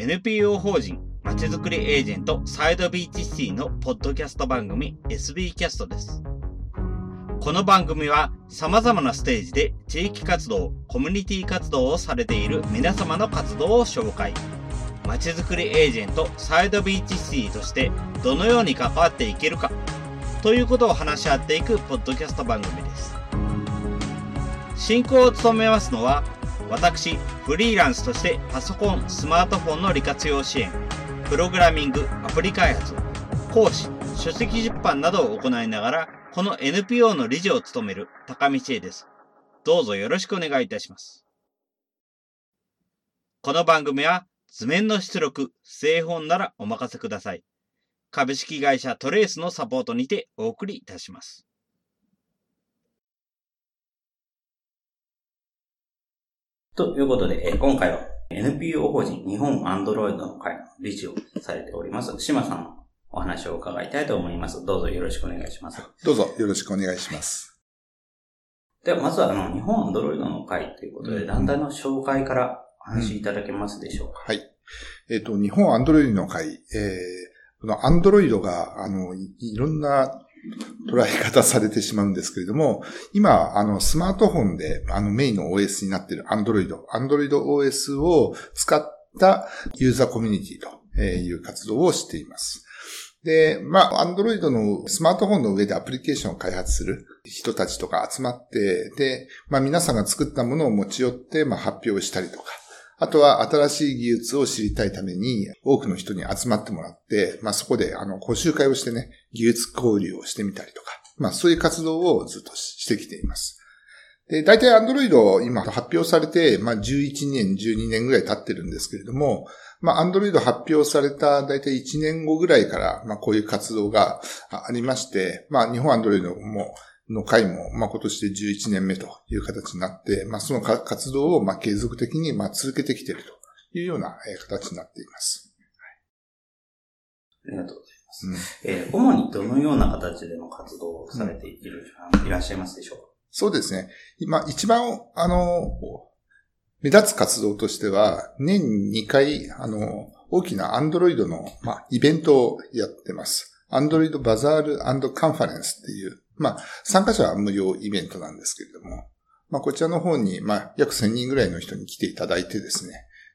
NPO 法人まちづくりエージェントサイドビーチシティのポッドキャスト番組 SB キャストです。この番組は様々なステージで地域活動、コミュニティ活動をされている皆様の活動を紹介。まちづくりエージェントサイドビーチシティとしてどのように関わっていけるかということを話し合っていくポッドキャスト番組です。進行を務めますのは私、フリーランスとしてパソコン、スマートフォンの利活用支援、プログラミング、アプリ開発、講師、書籍出版などを行いながら、この NPO の理事を務める高道恵です。どうぞよろしくお願いいたします。この番組は図面の出力、製本ならお任せください。株式会社トレースのサポートにてお送りいたします。ということで、今回は NPO 法人日本アンドロイドの会の理事をされております島さんのお話を伺いたいと思います。どうぞよろしくお願いします。 どうぞよろしくお願いします。 ではまずは日本アンドロイドの会ということで、団体の紹介からお話しいただけますでしょうか。 はい。日本アンドロイドの会、このアンドロイドがいろんな捉え方されてしまうんですけれども、今、スマートフォンで、メインの OS になっている Android OS を使ったユーザーコミュニティという活動をしています。で、Android のスマートフォンの上でアプリケーションを開発する人たちとか集まって、で、皆さんが作ったものを持ち寄って、発表したりとか、あとは新しい技術を知りたいために多くの人に集まってもらって、そこで講習会をしてね、技術交流をしてみたりとか、そういう活動をずっとしてきています。で、大体 Android 今発表されて、11年、12年ぐらい経ってるんですけれども、Android 発表された大体1年後ぐらいから、こういう活動がありまして、日本 Android の会も、今年で11年目という形になって、その活動を、継続的に、続けてきているというような、形になっています。 ありがとうございます。主にどのような形での活動をされていらっしゃいますでしょうか？ そうですね。今、一番、目立つ活動としては、年2回、大きな Android の、イベントをやってます。Android Bazaar & Conference っていう、参加者は無料イベントなんですけれども、こちらの方に、約1000人ぐらいの人に来ていただいてですね、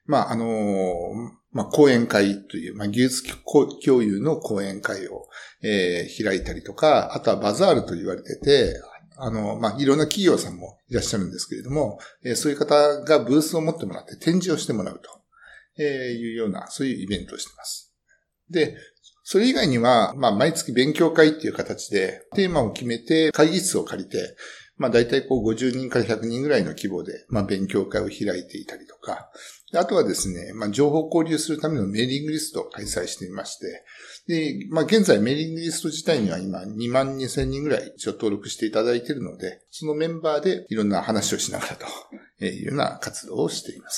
講演会という、技術共有の講演会を、開いたりとか、あとはバザールと言われてて、いろんな企業さんもいらっしゃるんですけれども、そういう方がブースを持ってもらって展示をしてもらうというような、そういうイベントをしています。で、それ以外には、毎月勉強会っていう形で、テーマを決めて会議室を借りて、だいたい50人から100人ぐらいの規模で、勉強会を開いていたりとか、あとはですね、情報交流するためのメーリングリストを開催していまして、で、現在メーリングリスト自体には今22,000人ぐらい一応登録していただいているので、そのメンバーでいろんな話をしながらというような活動をしています。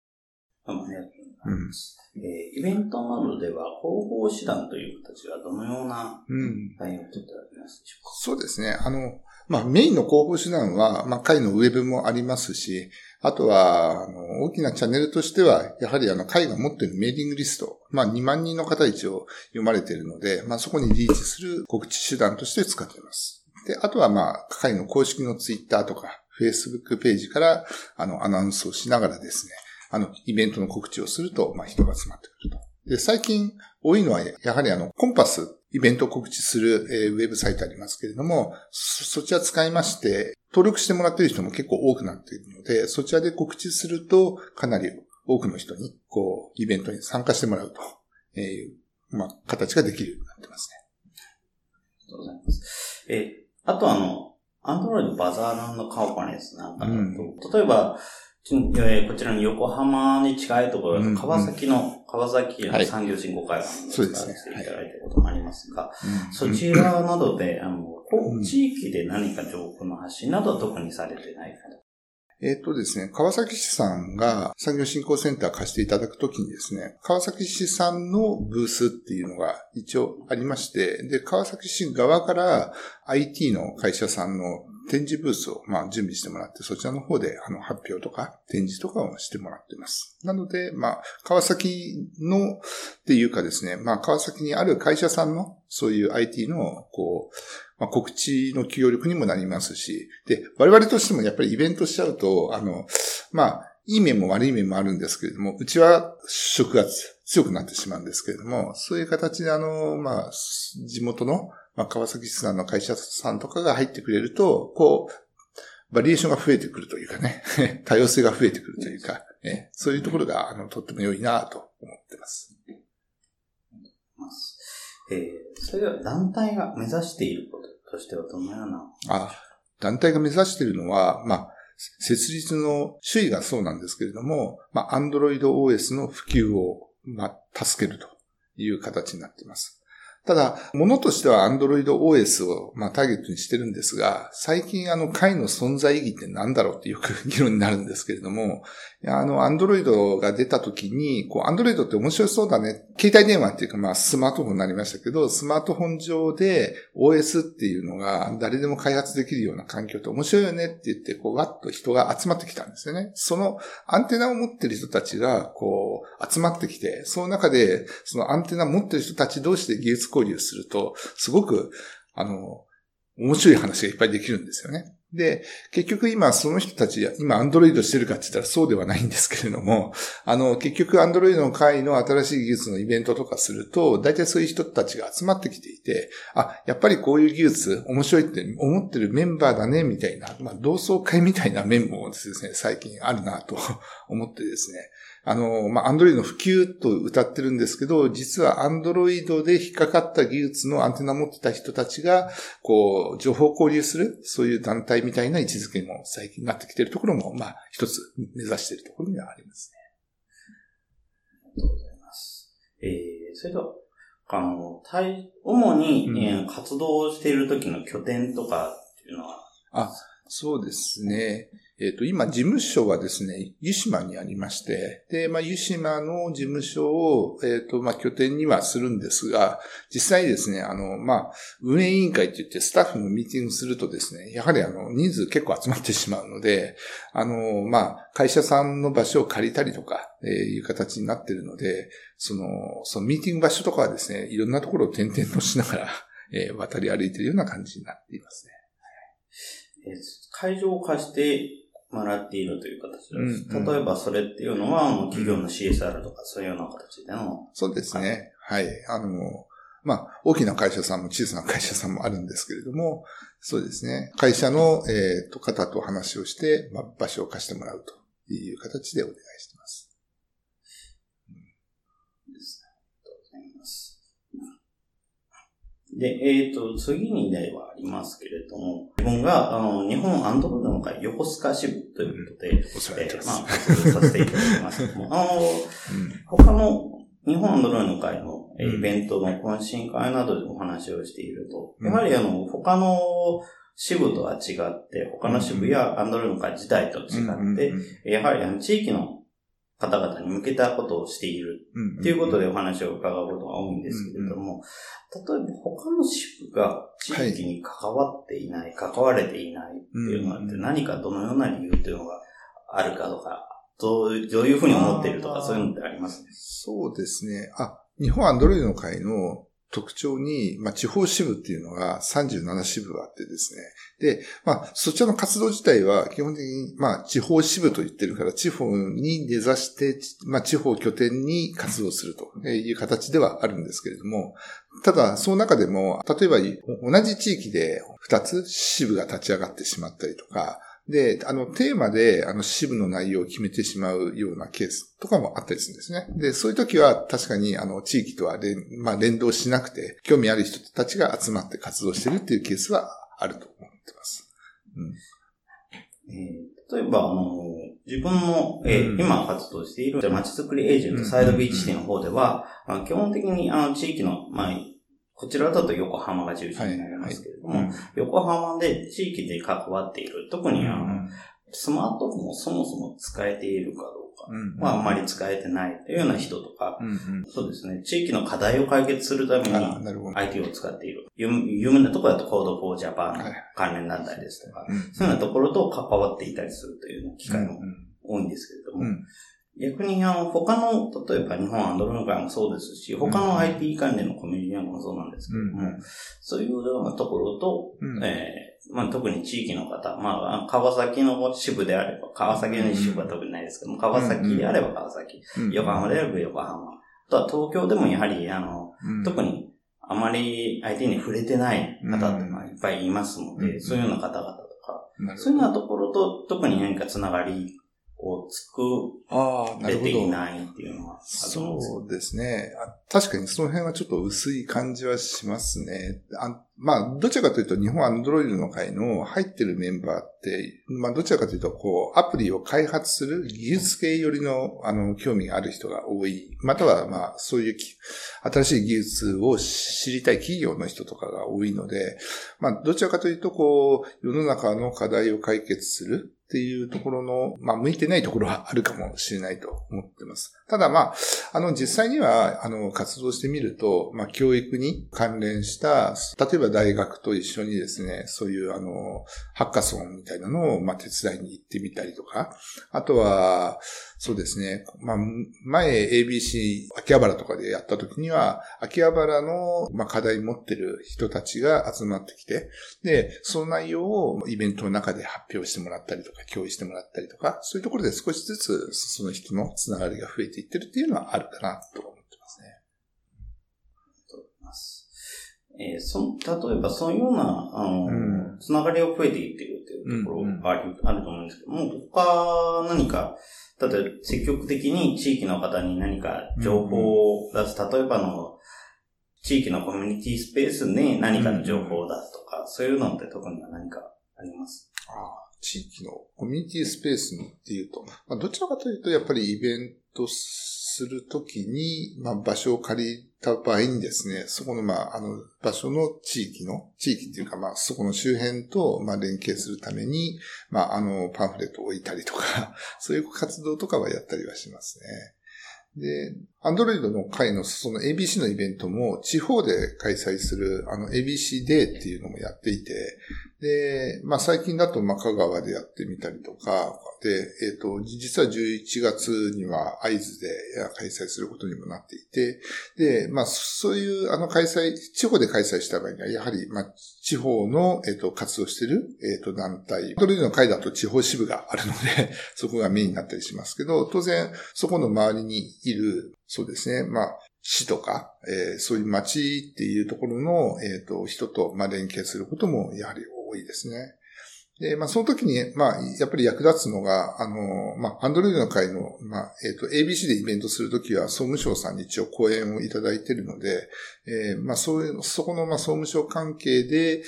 イベントなどでは広報手段という形はどのような対応を取っておりますでしょうか？ そうですね。メインの広報手段は、会のウェブもありますし、あとは、大きなチャンネルとしては、やはり会が持っているメーリングリスト、2万人の方一応読まれているので、そこにリーチする告知手段として使っています。で、あとは会の公式のツイッターとか、Facebook ページから、アナウンスをしながらですね、イベントの告知をすると、人が集まってくると。で、最近多いのは、やはりコンパス、イベントを告知する、ウェブサイトありますけれども、そちら使いまして、登録してもらっている人も結構多くなっているので、そちらで告知すると、かなり多くの人に、イベントに参加してもらうという、形ができるようになってますね。 ありがとうございます。あとAndroid バザーランドカンファレンスなんかだと、例えば、こちらの横浜に近いところだと川崎の産業振興会館を使わせていただいたこともありますが、そちらなどで、地域で何か情報の発信などは特にされてないかと。 ですね、川崎市さんが産業振興センター貸していただくときにですね、川崎市さんのブースっていうのが一応ありまして、で、川崎市側から IT の会社さんの展示ブースを、準備してもらって、そちらの方で、発表とか、展示とかをしてもらっています。なので、川崎の、っていうかですね、川崎にある会社さんの、そういう IT の、告知の協力にもなりますし、で、我々としてもやっぱりイベントしちゃうと、いい面も悪い面もあるんですけれども、うちは色が強くなってしまうんですけれども、そういう形で地元の、川崎市さんの会社さんとかが入ってくれると、バリエーションが増えてくるというかね、多様性が増えてくるというか、そういうところが、とっても良いなと思ってます。 それでは団体が目指していることとしてはどのような？ 団体が目指しているのは、設立の主義がそうなんですけれども、Android OS の普及を、助けるという形になっています。ただ、ものとしては Android OS を、ターゲットにしてるんですが、最近会の存在意義って何だろうってよく議論になるんですけれども、Android が出た時に、Android って面白そうだね。携帯電話っていうか、スマートフォンになりましたけど、スマートフォン上で OS っていうのが誰でも開発できるような環境って面白いよねって言って、わっと人が集まってきたんですよね。そのアンテナを持ってる人たちが、集まってきて、その中で、そのアンテナを持ってる人たち同士で技術交流すると、すごく、面白い話がいっぱいできるんですよね。で、結局今その人たち、今 Android してるかって言ったらそうではないんですけれども、結局 Android の会の新しい技術のイベントとかすると、大体そういう人たちが集まってきていて、やっぱりこういう技術面白いって思ってるメンバーだね、みたいな、同窓会みたいな面もですね、最近あるなと思ってですね、Android の普及と歌ってるんですけど、実は Android で引っかかった技術のアンテナを持ってた人たちが、情報交流する、そういう団体みたいな位置づけも最近なってきているところも、一つ目指しているところにはありますね。 ありがとうございます。それでは、主に、活動している時の拠点とかっていうのは？ そうですね。今、事務所はですね、湯島にありまして、で、湯島の事務所を、拠点にはするんですが、実際ですね、運営委員会って言ってスタッフのミーティングするとですね、やはり人数結構集まってしまうので、会社さんの場所を借りたりとか、いう形になっているので、そのミーティング場所とかはですね、いろんなところを転々としながら、渡り歩いているような感じになっていますね。 会場を貸してもらっているという形です。例えばそれっていうのは、企業の CSR とかそういうような形での。 そうですね。はい。大きな会社さんも小さな会社さんもあるんですけれども、そうですね。会社の、方と話をして、場所を貸してもらうという形でお願いしています。 ですね。ありがとうございます。で、次に例はありますけれども、自分が、日本アンドロイドの会横須賀支部ということで、 お世話になってます。 活動させていただきますけども、他の日本アンドロイドの会のイベントの懇親会などでお話をしていると、やはり他の支部とは違って、他の支部やアンドロイドの会自体と違って、やはり地域の方々に向けたことをしているっていうことでお話を伺うことが多いんですけれども、例えば他の支部が地域に関わっていない、関われていないっていうのがあって、何かどのような理由っていうのがあるかとか、どういうふうに思っているとか、そういうのってありますね。 そうですね。日本アンドロイドの会の特徴に、地方支部っていうのが37支部あってですね。で、そちらの活動自体は基本的に、地方支部と言ってるから、地方に根ざして、地方拠点に活動するという形ではあるんですけれども、ただ、その中でも、例えば同じ地域で2つ支部が立ち上がってしまったりとか、で、テーマで、支部の内容を決めてしまうようなケースとかもあったりするんですね。で、そういう時は確かに、地域とは連動しなくて、興味ある人たちが集まって活動しているっていうケースはあると思ってます。 例えば、自分の、今活動しているまちづくりエージェントサイドビーチの方では、基本的に地域の、こちらだと横浜が中心になりますけれども、横浜で地域で関わっている、特にスマートフォンをそもそも使えているかどうかはあんまり使えてないというような人とか、そうですね、地域の課題を解決するために IT を使っている。有名なところだと Code for Japan の関連団体ですとか、そういうようなところと関わっていたりするという機会も多いんですけれども、逆に他の、例えば日本アンドロイド会もそうですし、他の IT 関連のコミュニティもそうなんですけれども、そういうようなところと、特に地域の方、川崎の支部であれば、川崎の支部は特にないですけども、川崎であれば川崎、横浜であれば横浜、あとは東京でもやはり、特にあまり IT に触れてない方っていうのはいっぱいいますので、そういうような方々とか、そういうようなところと特に何かつながりを作れていないっていうのはそうですね。確かにその辺はちょっと薄い感じはしますね。どちらかというと日本アンドロイドの会の入ってるメンバーって、どちらかというとアプリを開発する技術系よりの興味がある人が多い。またはそういう新しい技術を知りたい企業の人とかが多いので、どちらかというと世の中の課題を解決するっていうところの、向いてないところはあるかもしれないと思ってます。ただ実際には、活動してみると、教育に関連した、例えば大学と一緒にですね、そういうハッカソンみたいなのを、手伝いに行ってみたりとか、あとは、そうですね、前 ABC 秋葉原とかでやった時には、秋葉原の、課題持ってる人たちが集まってきて、で、その内容をイベントの中で発表してもらったりとか、共有してもらったりとか、そういうところで少しずつその人のつながりが増えていってるっていうのはあるかなと思ってますね。 例えばそういうような、つながりを増えていっているというところがあると思うんですけども、他何か、例えば積極的に地域の方に何か情報を出す、例えば地域のコミュニティスペースに何かの情報を出すとか、そういうのって特には何かあります？ 地域のコミュニティスペースにっていうと、どちらかというとやっぱりイベントするときに、場所を借りた場合にですね、そこの場所の地域っていうかそこの周辺と連携するために、パンフレットを置いたりとか、そういう活動とかはやったりはしますね。で、Android の会のその ABC のイベントも地方で開催するABC Day っていうのもやっていて、で、最近だと香川でやってみたりとか、で、実は11月には会津で開催することにもなっていて、で、そういう地方で開催した場合には、やはり地方の活動している団体、Android の会だと地方支部があるので、そこがメインになったりしますけど、当然そこの周りにいる、そうですね、市とか、そういう町っていうところの、人と、連携することもやはり多いですね。で、その時に、やっぱり役立つのが、Android の会の、ABC でイベントするときは、総務省さんに一応講演をいただいているので、そこの、総務省関係で、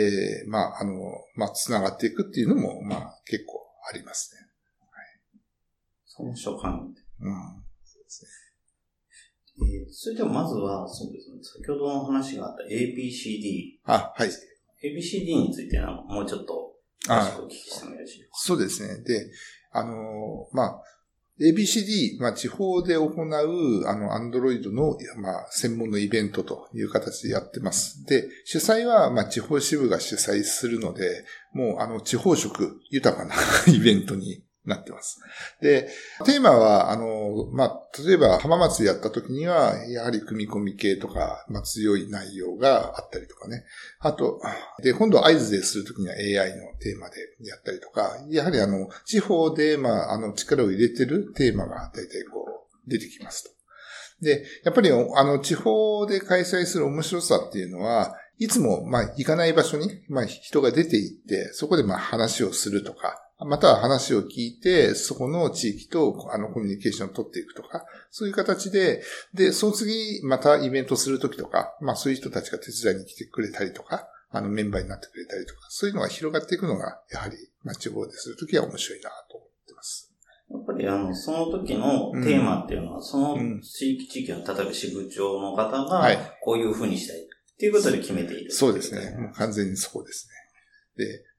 つながっていくっていうのも、結構ありますね。はい、 総務省関係。 そうですね。 それではまずは、そうですね、先ほどの話があった ABCD。 はい。 ABCD についてもうちょっと詳しくお聞きしてもよろしいですか？ そうですね。で、ABCD、地方で行う、Android の、専門のイベントという形でやってます。で、主催は、地方支部が主催するので、もう、地方色豊かなイベントになってます。で、テーマは、例えば浜松やった時には、やはり組み込み系とか、強い内容があったりとかね。あと、で、今度合図でする時には AI のテーマでやったりとか、やはり地方で、力を入れてるテーマが大体出てきますと。で、やっぱり、地方で開催する面白さっていうのは、いつも、行かない場所に、人が出て行って、そこで話をするとか、または話を聞いて、そこの地域とコミュニケーションを取っていくとか、そういう形で、その次またイベントするときとか、そういう人たちが手伝いに来てくれたりとか、メンバーになってくれたりとか、そういうのが広がっていくのが、やはり、地方でするときは面白いなと思ってます。 やっぱりその時のテーマっていうのは、その地域の、例えば支部長の方が、こういうふうにしたいっていうことで決めている、 そうですね。もう完全にそこですね。で、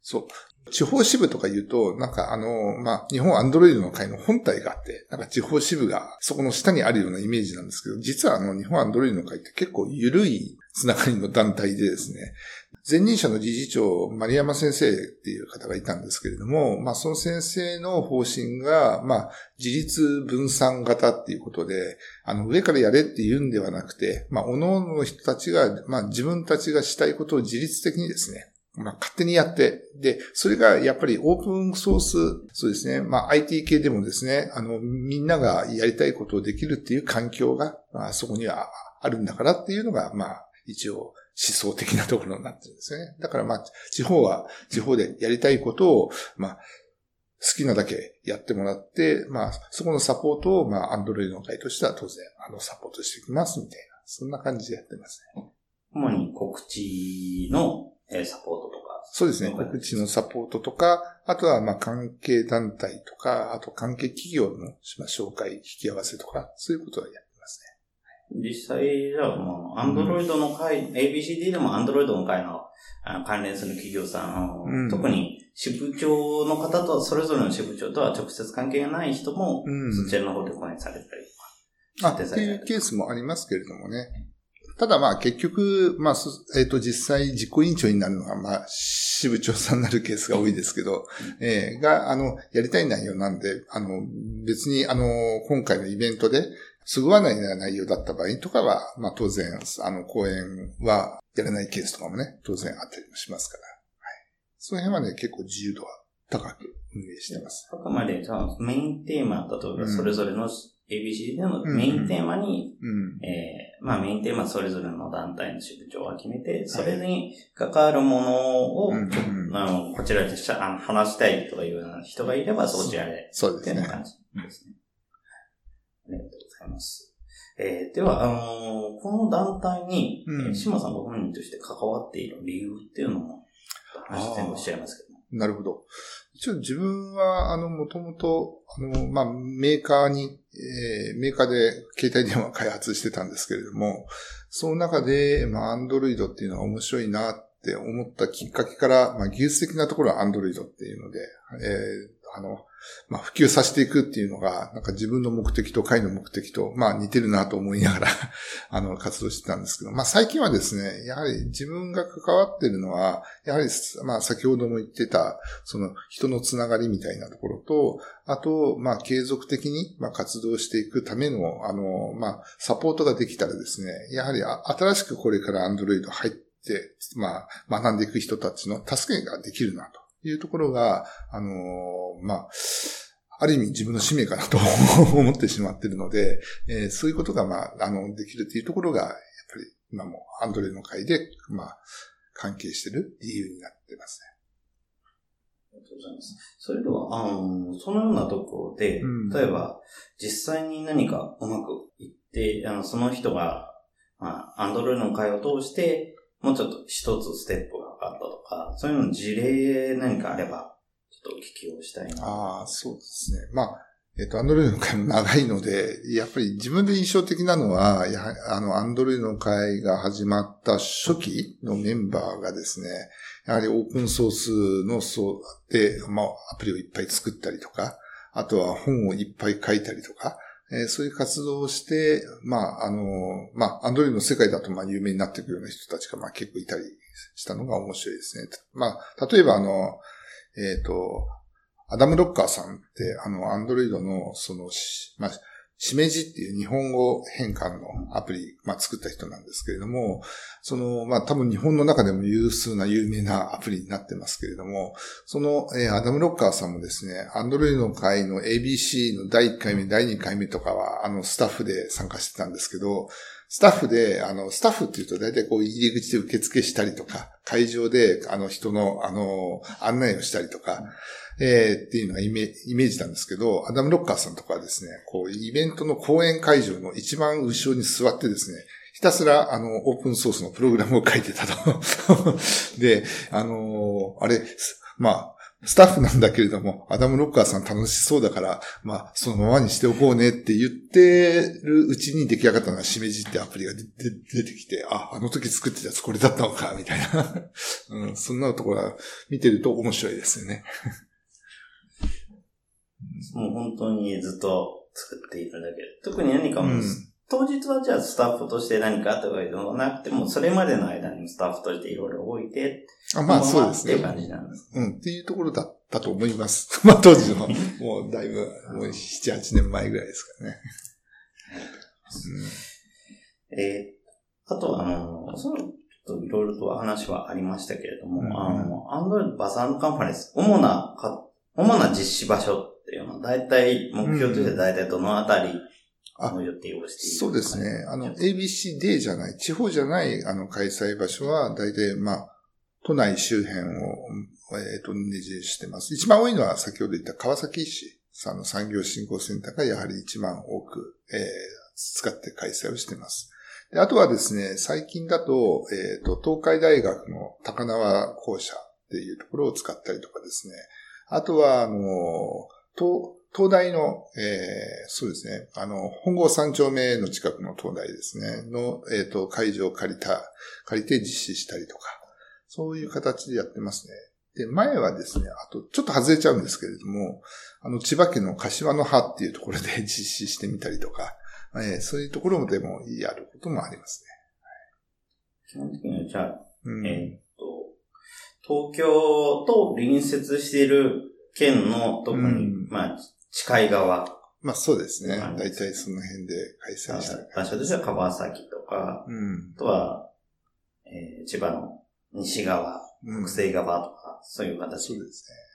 そう。地方支部とか言うと、なんか日本アンドロイドの会の本体があって、なんか地方支部がそこの下にあるようなイメージなんですけど、実は日本アンドロイドの会って結構緩いつながりの団体でですね、前任者の理事長、丸山先生っていう方がいたんですけれども、その先生の方針が、自立分散型っていうことで、上からやれって言うんではなくて、各々の人たちが、自分たちがしたいことを自律的にですね、勝手にやって、で、それがやっぱりオープンソース、そうですね、IT 系でもですね、みんながやりたいことをできるっていう環境が、そこにはあるんだからっていうのが、一応、思想的なところになってるんですね。だから地方は地方でやりたいことを、好きなだけやってもらって、そこのサポートを、Android の会としては当然、サポートしていきますみたいな、そんな感じでやってますね。 主に告知のサポートとか。 そうですね。告知のサポートとか、あとは関係団体とか、あと関係企業の紹介、引き合わせとか、そういうことはやってますね。実際、じゃあアンドロイドの会、ABCD でもアンドロイドの会の関連する企業さん、特に支部長の方と、それぞれの支部長とは直接関係がない人も、そちらの方で講演されたりとか。っていうケースもありますけれどもね。ただ結局、実際実行委員長になるのが、支部長さんになるケースが多いですけど、やりたい内容なんで、別に、今回のイベントで、すぐわない内容だった場合とかは、当然、講演はやらないケースとかもね、当然あったりもしますから。はい。その辺はね、結構自由度は高く運営してます。 あくまで、メインテーマ、例えばそれぞれのABC でのメインテーマに、メインテーマそれぞれの団体の支部長が決めて、それに関わるものを、こちらで話したいとかいうような人がいれば、そちらで。 そうですね。 っていう感じですね。ありがとうございます。では、この団体に、島さんご本人として関わっている理由っていうのも、話全部しちゃいますけど。 なるほど。一応自分は、もともと、メーカーで携帯電話開発してたんですけれども、その中で、Android っていうのは面白いなって思ったきっかけから、技術的なところは Android っていうので、普及させていくっていうのが、なんか自分の目的と会の目的と、似てるなと思いながら、活動してたんですけど、最近はですね、やはり自分が関わってるのは、やはり、先ほども言ってた、その人のつながりみたいなところと、あと、継続的に、活動していくための、サポートができたらですね、やはり新しくこれから Android 入って、学んでいく人たちの助けができるなと。いうところが、ある意味自分の使命かなと思ってしまっているので、そういうことが、できるというところが、やっぱり今もアンドロイドの会で、関係している理由になっていますね。 ありがとうございます。それでは、そのようなところで、例えば、実際に何かうまくいって、その人が、アンドロイドの会を通して、もうちょっと一つステップがあったとか、そういうの事例何かあれば、ちょっとお聞きをしたいな。 そうですね。アンドロイドの会も長いので、やっぱり自分で印象的なのは、やはりアンドロイドの会が始まった初期のメンバーがですね、やはりオープンソースので、アプリをいっぱい作ったりとか、あとは本をいっぱい書いたりとか、そういう活動をして、アンドロイドの世界だと有名になっていくような人たちが結構いたりしたのが面白いですね。例えばアダム・ロッカーさんって、アンドロイドの、しめじっていう日本語変換のアプリ、作った人なんですけれども、多分日本の中でも有名なアプリになってますけれども、アダム・ロッカーさんもですね、アンドロイドの会の ABC の第1回目、第2回目とかは、スタッフで参加してたんですけど、スタッフって言うと大体入り口で受付したりとか、会場で人の案内をしたりとか、っていうのがイメージなんですけど、アダム・ロッカーさんとかはですね、イベントの講演会場の一番後ろに座ってですね、ひたすらオープンソースのプログラムを書いてたと。で、 スタッフなんだけれども、アダム・ロッカーさん楽しそうだから、まあ、そのままにしておこうねって言ってるうちに出来上がったのがしめじってアプリが出てきて、あの時作ってたやつこれだったのか、みたいな。そんなところは見てると面白いですよね。 もう本当にずっと作っているだけで。特に何かも、当日はじゃあスタッフとして何かとかいうのがなくても、それまでの間にスタッフとしていろいろ置いて、 まあそうですね。 っていう感じなんです。 っていうところだったと思います。まあ当時の、もうだいぶ、もう7、8年前ぐらいですかね。 あとその、いろいろと話はありましたけれども、Android バザールカンファレンス、主な実施場所っていうのは、大体、目標として大体どのあたりの予定をしている、 そうですね。ABC Day じゃない、地方じゃない、開催場所は、大体、まあ、都内周辺を、ネジしてます。一番多いのは、先ほど言った川崎市さんの産業振興センターが、やはり一番多く、使って開催をしてます。で、あとはですね、最近だと、東海大学の高輪校舎っていうところを使ったりとかですね。あとは、東大の、そうですね、本郷三丁目の近くの東大ですね、の、会場を借りて実施したりとか、そういう形でやってますね。で、前はですね、あと、ちょっと外れちゃうんですけれども、千葉県の柏の葉っていうところで実施してみたりとか、そういうところでもやることもありますね。 基本的には、じゃあ、東京と隣接している県の特に、まあ、近い側。 まあそうですね。大体その辺で開催したい。 場所としては川崎とか、あとは、千葉の西側、北西側とか、そういう形。 そうですね。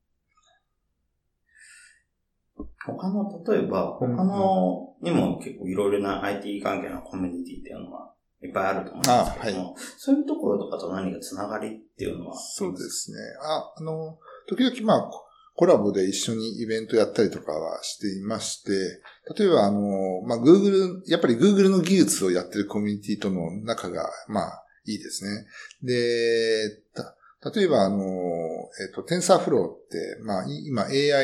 例えば、他のにも結構いろいろな IT 関係のコミュニティっていうのはいっぱいあると思うんですけども、そういうところとかと何かつながりっていうのは？ そうですね。時々まあ、コラボで一緒にイベントやったりとかはしていまして、例えばまあ、やっぱり Google の技術をやってるコミュニティとの仲が、まあ、いいですね。で、例えばTensorFlowって、まあ、今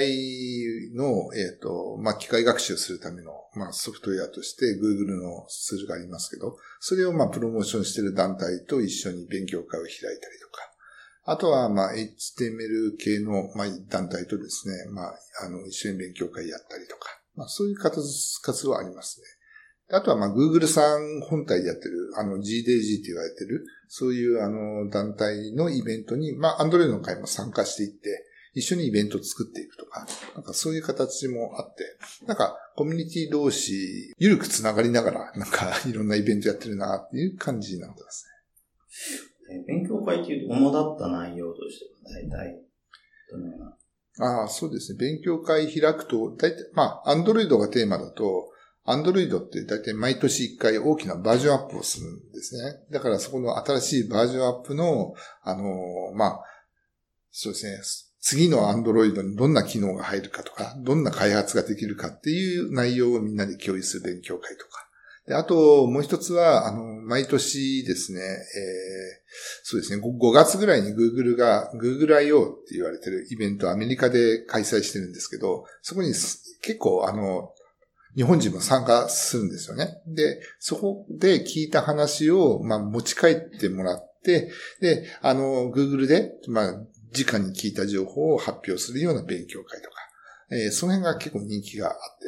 AI の、まあ、機械学習するための、まあ、ソフトウェアとして Google のツールがありますけど、それをまあ、プロモーションしている団体と一緒に勉強会を開いたりとか、あとはまあ、HTML 系の、まあ、団体とですね、まあ、一緒に勉強会やったりとか、まあ、そういう活動はありますね。あとはまあ Google さん本体でやってるGDG って言われてるそういう団体のイベントにまあ Android の会も参加していって一緒にイベントを作っていくとかなんかそういう形もあってなんかコミュニティ同士緩くつながりながらなんかいろんなイベントやってるなっていう感じになってますね。勉強会っていうと主だった内容としては大体どのような？ そうですね。勉強会開くと大体まあ Android がテーマだとAndroid って大体毎年1回大きなバージョンアップをするんですね。だからそこの新しいバージョンアップの、まあ、そうですね。次の Android にどんな機能が入るかとか、どんな開発ができるかっていう内容をみんなで共有する勉強会とか。で、あと、もう一つは、毎年ですね、そうですね、5月ぐらいに Google が Google I.O. って言われてるイベントをアメリカで開催してるんですけど、そこに結構日本人も参加するんですよね。で、そこで聞いた話を、まあ、持ち帰ってもらって、で、Google で、まあ、直に聞いた情報を発表するような勉強会とか、その辺が結構人気があって、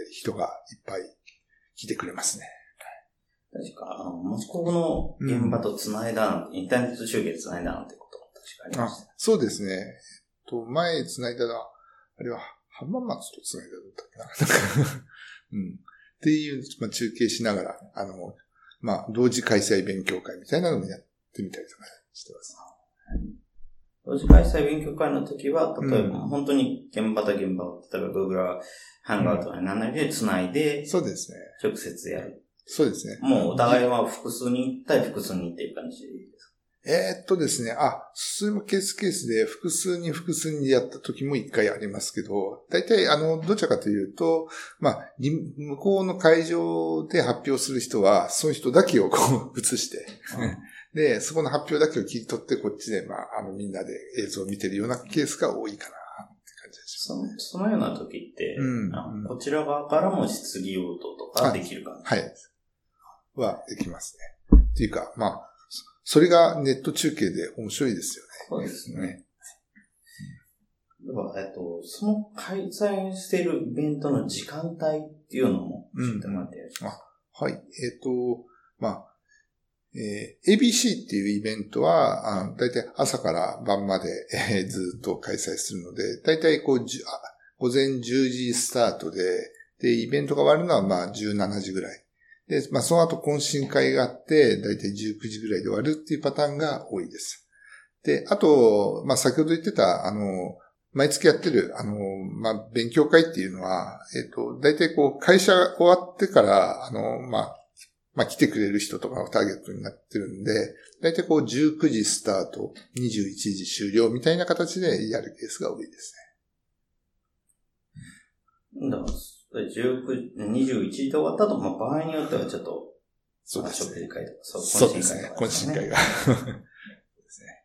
人がいっぱい来てくれますね。 確か、モスコの現場と繋いだ、インターネット中継繋いだなんてことも確かありました、ね。 そうですね。前繋いだのは、あれは浜松と繋いだんだったっけな。っていう、まあ、中継しながら、まあ、同時開催勉強会みたいなのもやってみたりとかしてます。 同時開催勉強会の時は、例えば、本当に現場と現場を、例えば Google ハンガーとか何々で繋いで、 そうですね。 直接やる。 そうですね。 もうお互いは複数人対複数人っていう感じですか？ ですね。それもケースで複数人でやった時も一回ありますけど、大体どちらかというと、まあ、向こうの会場で発表する人は、その人だけをこう映して、で、そこの発表だけを切り取ってこっちで、まあ、みんなで映像を見てるようなケースが多いかな感じがしますね。 そのような時って、こちら側からも質疑応答とかできる感じですか？はい。は、できますね。っていうか、まあ、それがネット中継で面白いですよね。 そうですね。では、その開催しているイベントの時間帯っていうのも教えてもらっていいですか？ はい。まあ、ABC っていうイベントは、だいたい朝から晩まで、ずっと開催するので、だいたい午前10時スタートで、イベントが終わるのはまあ17時ぐらい。で、まあその後懇親会があって、だいたい19時ぐらいで終わるっていうパターンが多いです。で、あと、まあ先ほど言ってた、毎月やってる、まあ勉強会っていうのは、だいたい会社終わってから、まあ来てくれる人とかのターゲットになってるんで、だいたい19時スタート、21時終了みたいな形でやるケースが多いですね。だから、21時で終わった後、まあ場合によってはちょっと、 そうですね。 食事会とか、 そうですね。懇親会が。ですね。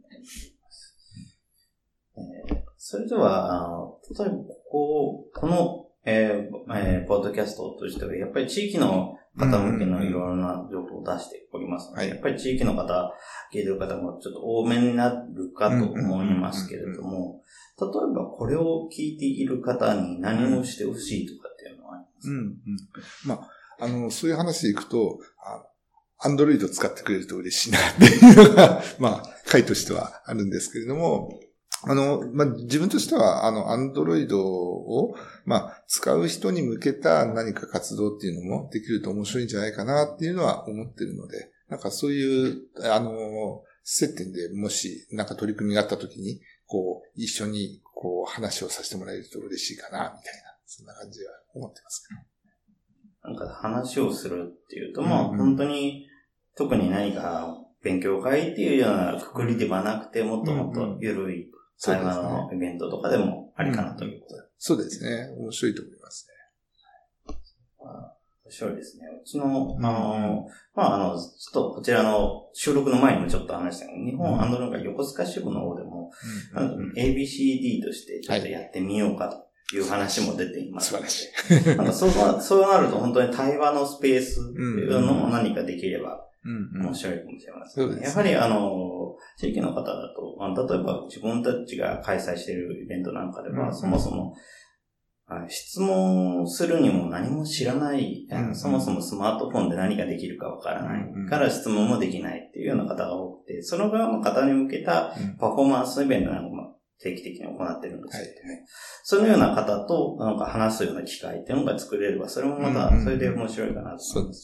それでは、例えばこの、ポッドキャストとしては、やっぱり地域の方向けのいろいろな情報を出しておりますので、やっぱり地域の方、聞いてる方もちょっと多めになるかと思いますけれども、例えばこれを聞いている方に何をしてほしいとかっていうのはありますか？ まあ、そういう話でいくと、Android を使ってくれると嬉しいなっていうのが、まあ、回としてはあるんですけれども、まあ、自分としては、Android を、まあ、使う人に向けた何か活動っていうのもできると面白いんじゃないかなっていうのは思ってるので、なんかそういう、接点でもし、なんか取り組みがあった時に、一緒に、話をさせてもらえると嬉しいかな、みたいな、そんな感じは思ってますけど。なんか話をするっていうと、まあ、本当に、特に何か勉強会っていうようなくくりではなくて、もっともっと緩い、対話のイベントとかでもありかなということで。 そうですね。面白いと思いますね。面白いですね。うちの、まあ、ちょっとこちらの収録の前にもちょっと話したけど、日本アンドロイドが横須賀支部の方でも、ABCD としてちょっとやってみようかという話も出ていますので、 素晴らしい。 なんかそうなると本当に対話のスペースというのも何かできれば面白いかもしれませんね。やはり地域の方だと、例えば自分たちが開催しているイベントなんかでは、そもそも質問するにも何も知らない、そもそもスマートフォンで何ができるかわからないから質問もできないっていうような方が多くて、その側の方に向けたパフォーマンスイベントなんかも定期的に行ってるんですけども、そのような方となんか話すような機会っていうのが作れれば、それもまたそれで面白いかなと思います。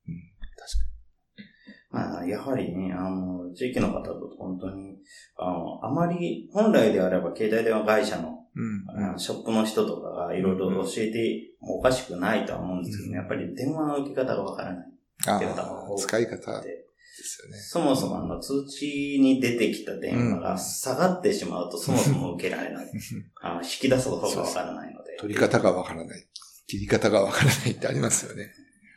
まあ、やはりね、地域の方と本当に、あまり、本来であれば携帯電話会社の、ショップの人とかがいろいろ教えてもおかしくないとは思うんですけどね、やっぱり電話の受け方がわからないっていう方が多くて、 使い方ですよね。 そもそも通知に出てきた電話が下がってしまうとそもそも受けられない。引き出す方がわからないので。 取り方がわからない。切り方がわからないってありますよね。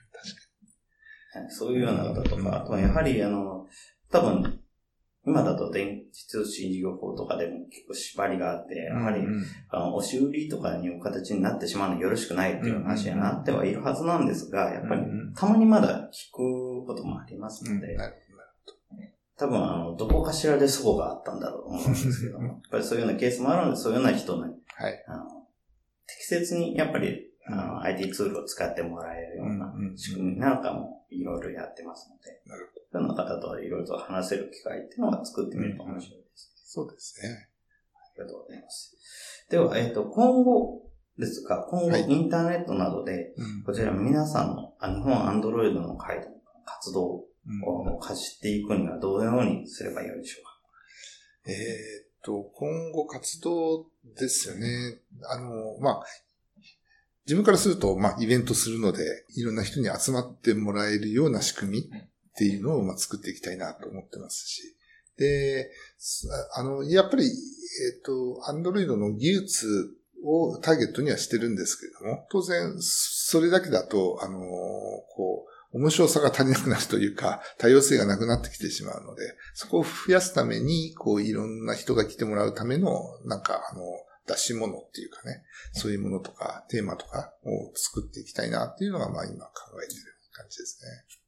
そういうような方とか、あとはやはり多分、今だと電気通信事業法とかでも結構縛りがあって、やはり、押し売りとかにお形になってしまうのよろしくないっていう話になってはいるはずなんですが、やっぱりたまにまだ聞くこともありますので、多分どこかしらでそこがあったんだろうと思うんですけども、やっぱりそういうようなケースもあるので、そういうような人に、適切にやっぱりIT ツールを使ってもらえるような仕組みなんかもいろいろやってますので、そういう方といろいろと話せる機会っていうのは作ってみると面白いです。 そうですね。 ありがとうございます。では、今後ですが、今後インターネットなどで、こちら皆さんの日本アンドロイドの会の活動を走っていくにはどのようにすればよいでしょうか？ 今後活動ですよね。まあ、自分からすると、まあ、イベントするので、いろんな人に集まってもらえるような仕組みっていうのを、まあ、作っていきたいなと思ってますし。で、やっぱり、Android の技術をターゲットにはしてるんですけれども、当然、それだけだと、面白さが足りなくなるというか、多様性がなくなってきてしまうので、そこを増やすために、いろんな人が来てもらうための、なんか、 出し物っていうかね、そういうものとか、テーマとかを作っていきたいなっていうのが、今考えている感じです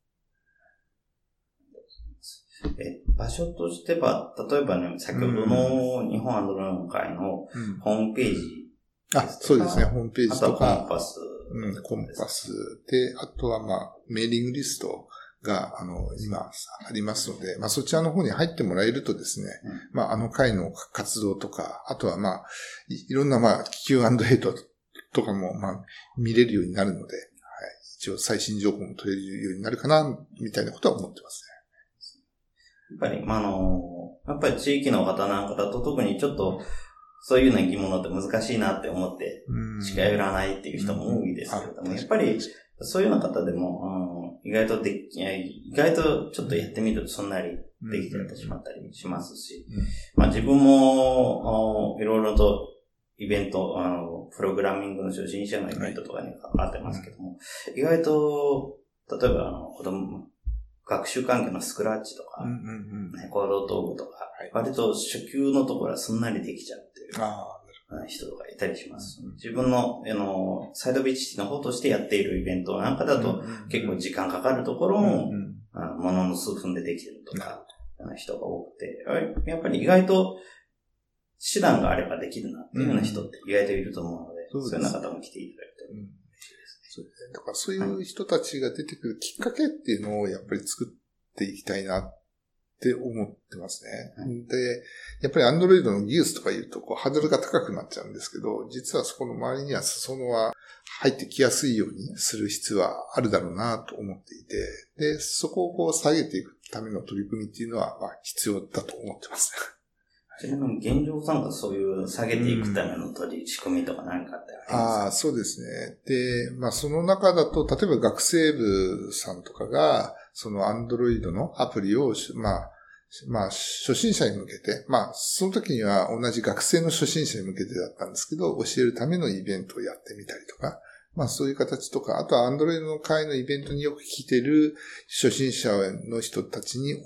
ね。場所としては、例えばね、先ほどの日本アンドロイド会のホームページ、 そうですね、ホームページとか。 あとはコンパス。 コンパスで、あとはメーリングリストが、今ありますので、そちらの方に入ってもらえるとですね、会の活動とか、あとはいろんなQ&A とかも見れるようになるので、一応最新情報も取れるようになるかな、みたいなことは思ってますね。やっぱり地域の方なんかだと特にちょっと、そういうような疑問って難しいなって思って、近寄らないっていう人も多いですけれども、やっぱりそういうような方でも、意外とちょっとやってみるとそんなにできてしまったりしますし、自分もいろいろとイベント、プログラミングの初心者のイベントとかに関わってますけども、意外と、例えば学習関係のスクラッチとか、コード道具とか、割と初級のところはすんなりできちゃうっていう人とかいたりします。自分の、サイドビーチの方としてやっているイベントなんかだと、結構時間かかるところも、ものの数分でできてるとか、人が多くて、やっぱり意外と手段があればできるなっていうような人って意外といると思うので、そういうような方も来ていただいて嬉しいですね。 だからそういう人たちが出てくるきっかけっていうのをやっぱり作っていきたいなって思ってますね。で、やっぱり Android の技術とか言うとハードルが高くなっちゃうんですけど、実はそこの周りには裾野は入ってきやすいようにする必要はあるだろうなと思っていて、で、そこを下げていくための取り組みっていうのは必要だと思ってますね。 ちなみに現状さんがそういう下げていくための仕組みとか何かってありますか？ そうですね。で、その中だと、例えば学生部さんとかが、その Android のアプリを、初心者に向けて、その時には同じ学生の初心者に向けてだったんですけど、教えるためのイベントをやってみたりとか、そういう形とか、あとは Android の会のイベントによく来てる初心者の人たちに、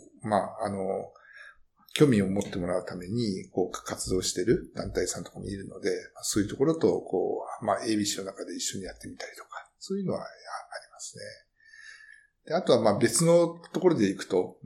興味を持ってもらうために、活動してる団体さんとかもいるので、そういうところと、ABC の中で一緒にやってみたりとか、そういうのはありますね。で、あとは別のところでいくと、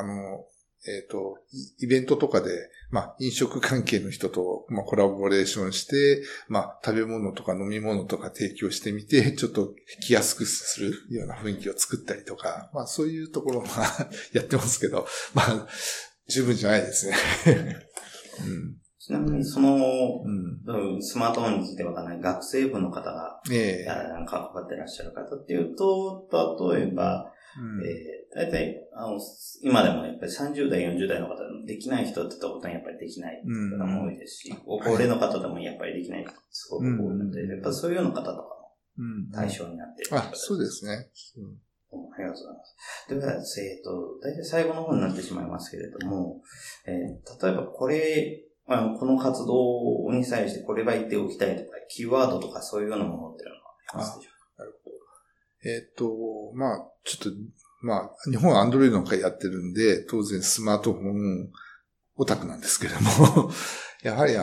イベントとかで、飲食関係の人と、コラボレーションして、食べ物とか飲み物とか提供してみて、ちょっと来やすくするような雰囲気を作ったりとか、そういうところはやってますけど、十分じゃないですね。 ちなみに、スマートフォンについてわからない学生部の方が、関わってらっしゃる方っていうと、例えば、大体、今でもやっぱり30代、40代の方でもできない人ってことはやっぱりできない方も多いですし、ご高齢の方でもやっぱりできない人すごく多いので、やっぱそういうような方とかも対象になっている。 そうですね。 ありがとうございます。では、大体最後の方になってしまいますけれども、例えばこの活動に際してこれは言っておきたいとか、キーワードとかそういうようなものっていうのはありますでしょうか？ なるほど。ちょっと、日本は Android の会やってるんで、当然スマートフォンオタクなんですけれども、やはり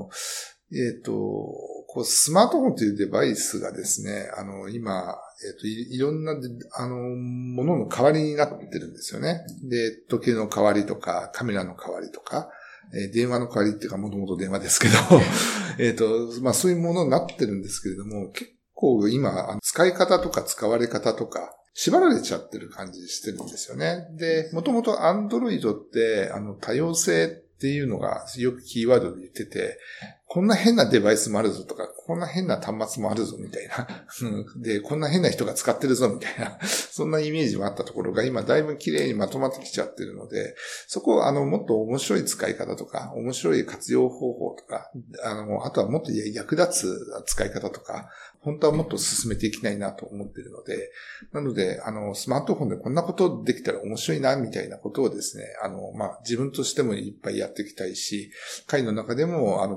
スマートフォンというデバイスがですね、今、いろんな、ものの代わりになってるんですよね。で、時計の代わりとか、カメラの代わりとか、電話の代わりっていうか、もともと電話ですけど、そういうものになってるんですけれども、結構今、使い方とか使われ方とか、縛られちゃってる感じしてるんですよね。で、もともと Android って、多様性っていうのがよくキーワードで言ってて、こんな変なデバイスもあるぞとか、こんな変な端末もあるぞみたいな。で、こんな変な人が使ってるぞみたいな。そんなイメージもあったところが今だいぶ綺麗にまとまってきちゃってるので、そこをもっと面白い使い方とか、面白い活用方法とか、あとはもっと役立つ使い方とか、本当はもっと進めていきたいなと思っているので、なので、スマートフォンでこんなことできたら面白いな、みたいなことをですね、自分としてもいっぱいやっていきたいし、会の中でも、プロモーシ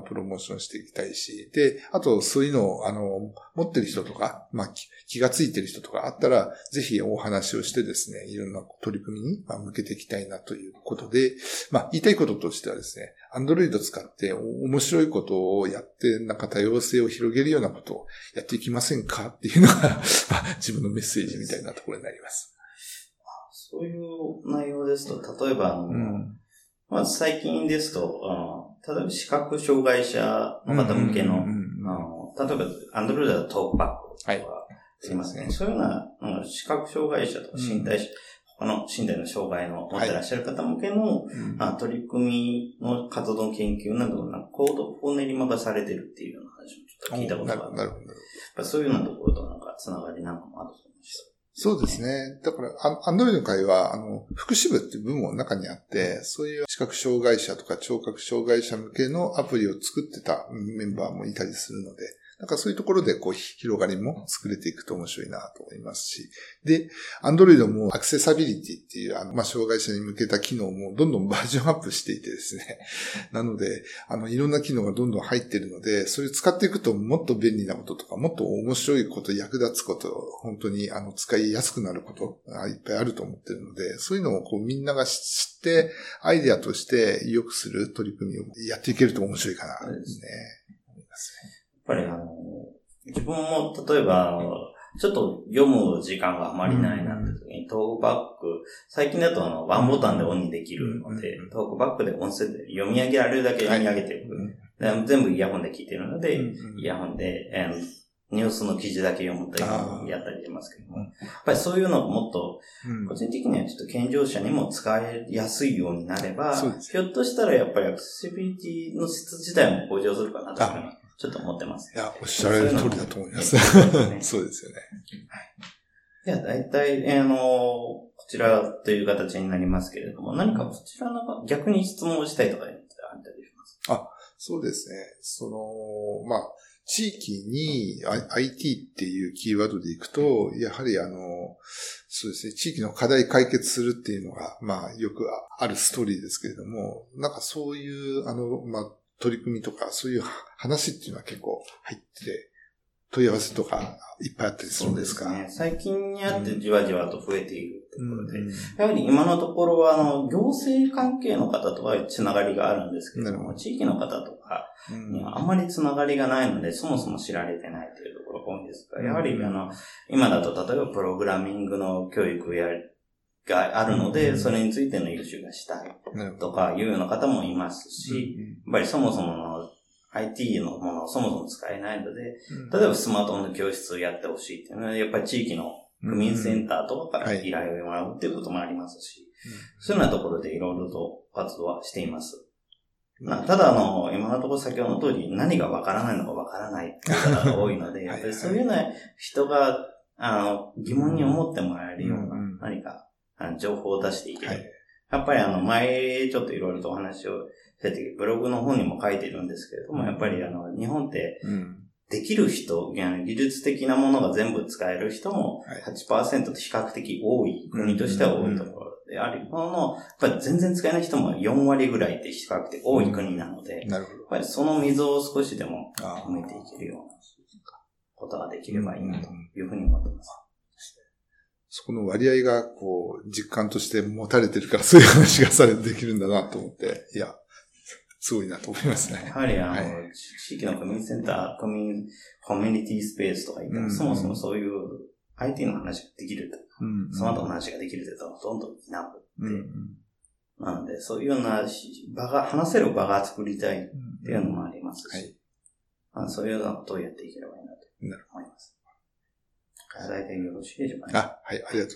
ションしていきたいし、で、あとそういうのを、持ってる人とか、気がついてる人とかあったら、ぜひお話をしてですね、いろんな取り組みに向けていきたいなということで、言いたいこととしてはですね、Android 使って面白いことをやって、多様性を広げるようなことをやっていきませんかっていうのが、自分のメッセージみたいなところになります。 そういう内容ですと、例えば最近ですと、例えば視覚障害者の方向けの、例えば Android だとトークバックとかありますね。そういうような視覚障害者とか他の身体の障害の持ってらっしゃる方向けの、取り組みの活動研究などのコードを練り任されてるっていうような話もちょっと聞いたことがある。 なるほど。 そういうようなところとつながりなんかもあると思いました。 そうですね。だから、Android の会は、福祉部っていう部門の中にあって、そういう視覚障害者とか聴覚障害者向けのアプリを作ってたメンバーもいたりするので、そういうところで広がりも作れていくと面白いなと思いますし。で、Android もアクセサビリティっていう、障害者に向けた機能もどんどんバージョンアップしていてですね。なので、いろんな機能がどんどん入っているので、それを使っていくともっと便利なこととか、もっと面白いこと、役立つこと、本当に使いやすくなることがいっぱいあると思っているので、そういうのをみんなが知って、アイデアとして良くする取り組みをやっていけると面白いかなですね。 やっぱり自分も例えば、ちょっと読む時間があまりないなって時に、トークバック、最近だとワンボタンでオンにできるので、トークバックで音声で読み上げられるだけ読み上げていく。全部イヤホンで聞いてるので、イヤホンで、ニュースの記事だけ読むというのをやったりしますけども、やっぱりそういうのをもっと、個人的にはちょっと健常者にも使いやすいようになれば、ひょっとしたらやっぱりアクセシビリティの質自体も向上するかなというふうにちょっと思ってます。 いや、おっしゃられる通りだと思います。そうですよね。 じゃあ、大体、こちらという形になりますけれども、何かこちらの逆に質問をしたいとかあったりしますか？ そうですね。地域に IT っていうキーワードでいくと、やはりそうですね、地域の課題解決するっていうのが、よくあるストーリーですけれども、そういう、取り組みとか、そういう話っていうのは結構入ってて、問い合わせとかいっぱいあったりするんですか？ そうですね。最近にあってじわじわと増えているところで、やはり今のところは行政関係の方とはつながりがあるんですけれども、地域の方とかにはあんまりつながりがないので、そもそも知られてないというところが多いんですが、やはり今だと例えばプログラミングの教育があるので、それについての融資がしたいとかいうような方もいますし、やっぱりそもそものIT のものをそもそも使えないので、例えばスマートフォンの教室をやってほしいっていうのは、やっぱり地域の区民センターとかから依頼をもらうっていうこともありますし、そういうようなところでいろいろと活動はしています。ただ今のところ先ほどの通り何がわからないのかわからないっていう方が多いので、やっぱりそういうような人が疑問に思ってもらえるような何か情報を出していける。やっぱり前ちょっといろいろとお話をしてて、ブログの方にも書いてるんですけれども、やっぱり日本ってできる人、技術的なものが全部使える人も 8% と比較的多い、国としては多いところであるものの、やっぱり全然使えない人も4割ぐらいって比較的多い国なので、やっぱりその溝を少しでも埋めていけるようなことができればいいなというふうに思ってます。 そこの割合が実感として持たれてるから、そういう話ができるんだなと思って、いや、すごいなと思いますね。 やはり地域のコミュニティセンター、コミュニティスペースとか言ったら、そもそもそういう IT の話ができるとか、スマートの話ができるというとどんどんいなくて、なので、そういうような話せる場が作りたいっていうのもありますし、そういうようなことをやっていければいいなと思います。大体よろしいでしょうかね。 はい、ありがとうございます。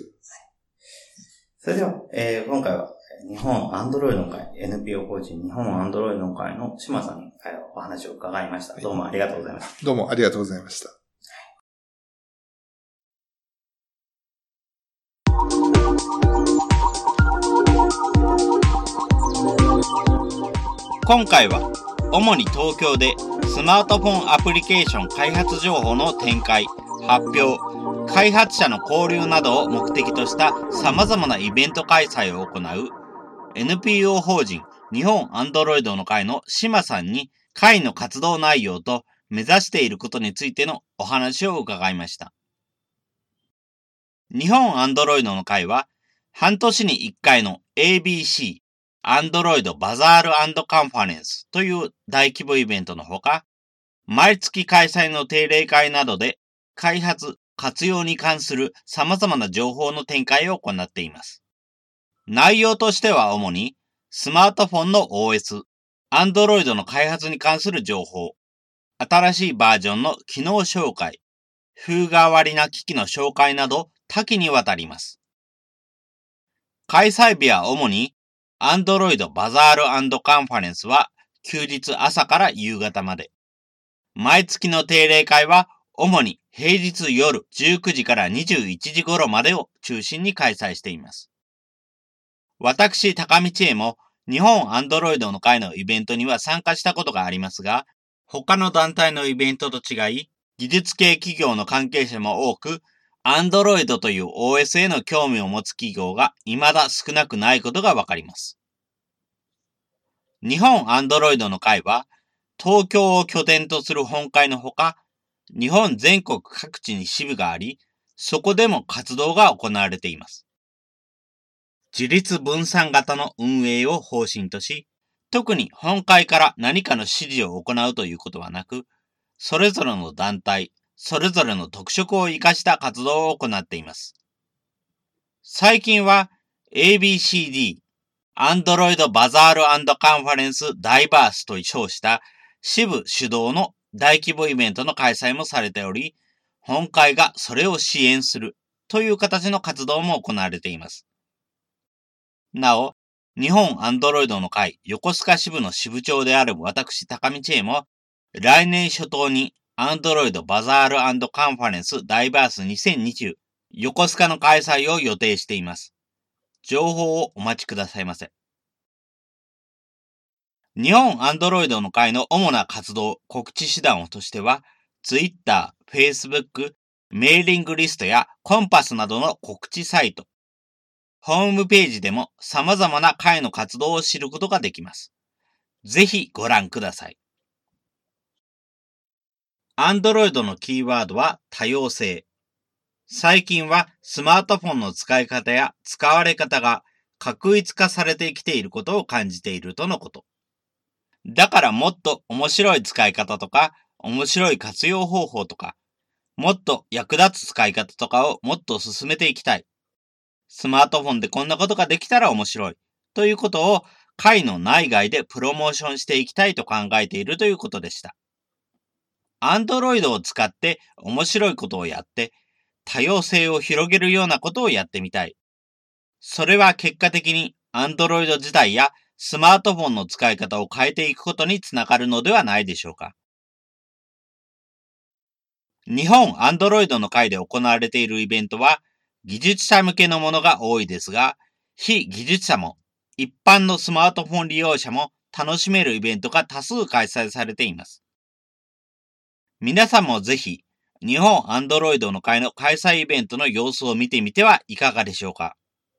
それでは、今回は日本アンドロイドの会、NPO 法人日本アンドロイドの会の島さんにお話を伺いました。どうもありがとうございました。 どうもありがとうございました。 今回は主に東京でスマートフォンアプリケーション開発情報の展開、発表、開発者の交流などを目的とした様々なイベント開催を行う NPO 法人日本アンドロイドの会の島さんに会の活動内容と目指していることについてのお話を伺いました。日本アンドロイドの会は、半年に1回の ABC、アンドロイドバザール&カンファレンスという大規模イベントのほか、毎月開催の定例会などで開発、活用に関する様々な情報の展開を行っています。内容としては主に、スマートフォンの OS、アンドロイドの開発に関する情報、新しいバージョンの機能紹介、風変わりな機器の紹介など多岐にわたります。開催日は主に Android バザール&カンファレンスは休日朝から夕方まで。毎月の定例会は主に平日夜19時から21時頃までを中心に開催しています。私、高道恵も日本アンドロイドの会のイベントには参加したことがありますが、他の団体のイベントと違い、技術系企業の関係者も多く、Android という OS への興味を持つ企業が未だ少なくないことがわかります。日本 Android の会は、東京を拠点とする本会のほか、日本全国各地に支部があり、そこでも活動が行われています。自立分散型の運営を方針とし、特に本会から何かの指示を行うということはなく、それぞれの団体、それぞれの特色を生かした活動を行っています。最近は ABCD、Android バザール&カンファレンスダイバースと称した支部主導の大規模イベントの開催もされており、本会がそれを支援するという形の活動も行われています。なお、日本アンドロイドの会横須賀支部の支部長である私高道恵も、来年初頭にアンドロイドバザール&カンファレンスダイバース2020横須賀の開催を予定しています。情報をお待ちくださいませ。日本アンドロイドの会の主な活動、告知手段としては、Twitter、Facebook、メーリングリストやコンパスなどの告知サイト、ホームページでも様々な会の活動を知ることができます。ぜひご覧ください。Android のキーワードは多様性。最近はスマートフォンの使い方や使われ方が画一化されてきていることを感じているとのこと。だからもっと面白い使い方とか、面白い活用方法とか、もっと役立つ使い方とかをもっと進めていきたい。スマートフォンでこんなことができたら面白い。ということを会の内外でプロモーションしていきたいと考えているということでした。Android を使って面白いことをやって、多様性を広げるようなことをやってみたい。それは結果的に Android 自体やスマートフォンの使い方を変えていくことにつながるのではないでしょうか。日本 Android の会で行われているイベントは、技術者向けのものが多いですが、非技術者も一般のスマートフォン利用者も楽しめるイベントが多数開催されています。皆さんもぜひ、日本アンドロイドの会の開催イベントの様子を見てみてはいかがでしょうか。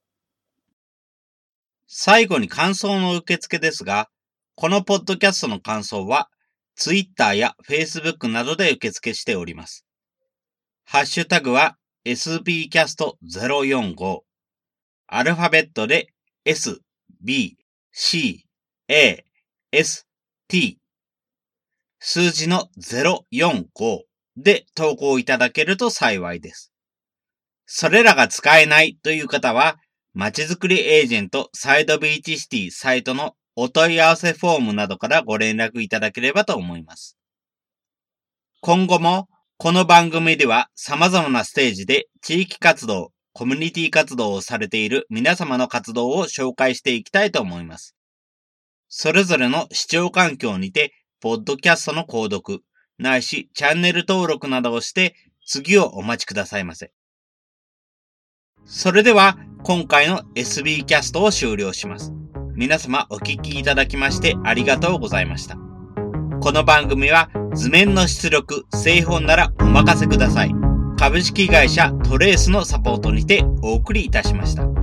最後に感想の受付ですが、このポッドキャストの感想は、Twitter や Facebook などで受付しております。ハッシュタグは、SBcast045 アルファベットで S, B, C, A, S, T 数字の045で投稿いただけると幸いです。それらが使えないという方は、まちづくりエージェントサイドビーチシティサイトのお問い合わせフォームなどからご連絡いただければと思います。今後もこの番組では様々なステージで地域活動、コミュニティ活動をされている皆様の活動を紹介していきたいと思います。それぞれの視聴環境にて、ポッドキャストの購読、ないしチャンネル登録などをして次をお待ちくださいませ。それでは今回の SB キャストを終了します。皆様お聞きいただきましてありがとうございました。この番組は図面の出力、製本ならお任せください。株式会社トレースのサポートにてお送りいたしました。